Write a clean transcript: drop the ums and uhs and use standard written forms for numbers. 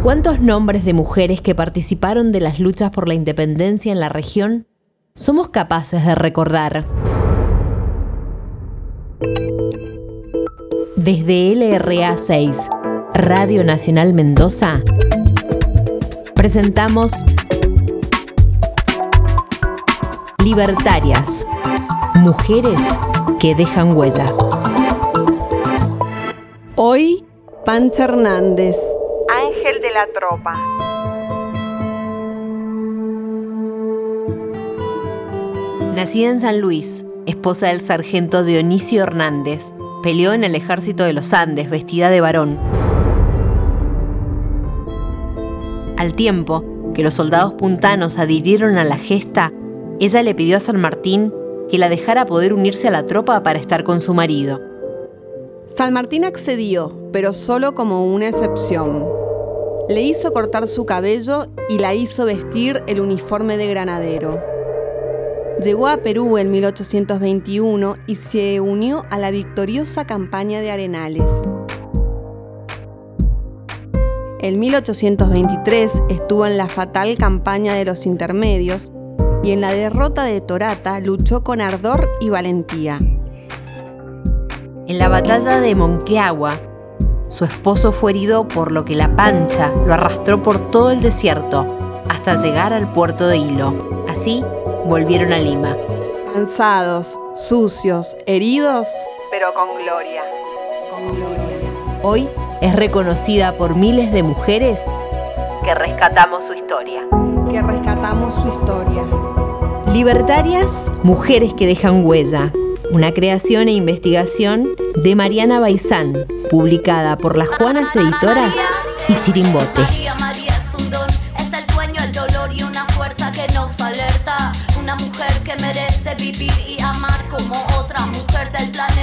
¿Cuántos nombres de mujeres que participaron de las luchas por la independencia en la región somos capaces de recordar? Desde LRA 6, Radio Nacional Mendoza, presentamos Libertarias, mujeres que dejan huella. Hoy, Pancha Hernández, Ángel de la Tropa. Nacida en San Luis, esposa del sargento Dionisio Hernández, peleó en el ejército de los Andes vestida de varón. Al tiempo que los soldados puntanos adhirieron a la gesta, ella le pidió a San Martín que la dejara poder unirse a la tropa para estar con su marido. San Martín accedió, pero solo como una excepción. Le hizo cortar su cabello y la hizo vestir el uniforme de granadero. Llegó a Perú en 1821 y se unió a la victoriosa campaña de Arenales. En 1823 estuvo en la fatal campaña de los Intermedios y en la derrota de Torata luchó con ardor y valentía. En la batalla de Monqueagua, su esposo fue herido, por lo que la Pancha lo arrastró por todo el desierto hasta llegar al puerto de Hilo. Así volvieron a Lima. Cansados, sucios, heridos, pero con gloria. con gloria. Hoy es reconocida por miles de mujeres que rescatamos su historia. Que rescatamos su historia. Libertarias, mujeres que dejan huella. Una creación e investigación de Mariana Baizán, publicada por Las Juanas Editoras y Chirimbote. María es un don, es el dueño el dolor y una fuerza que nos alerta. Una mujer que merece vivir y amar como otra mujer del planeta.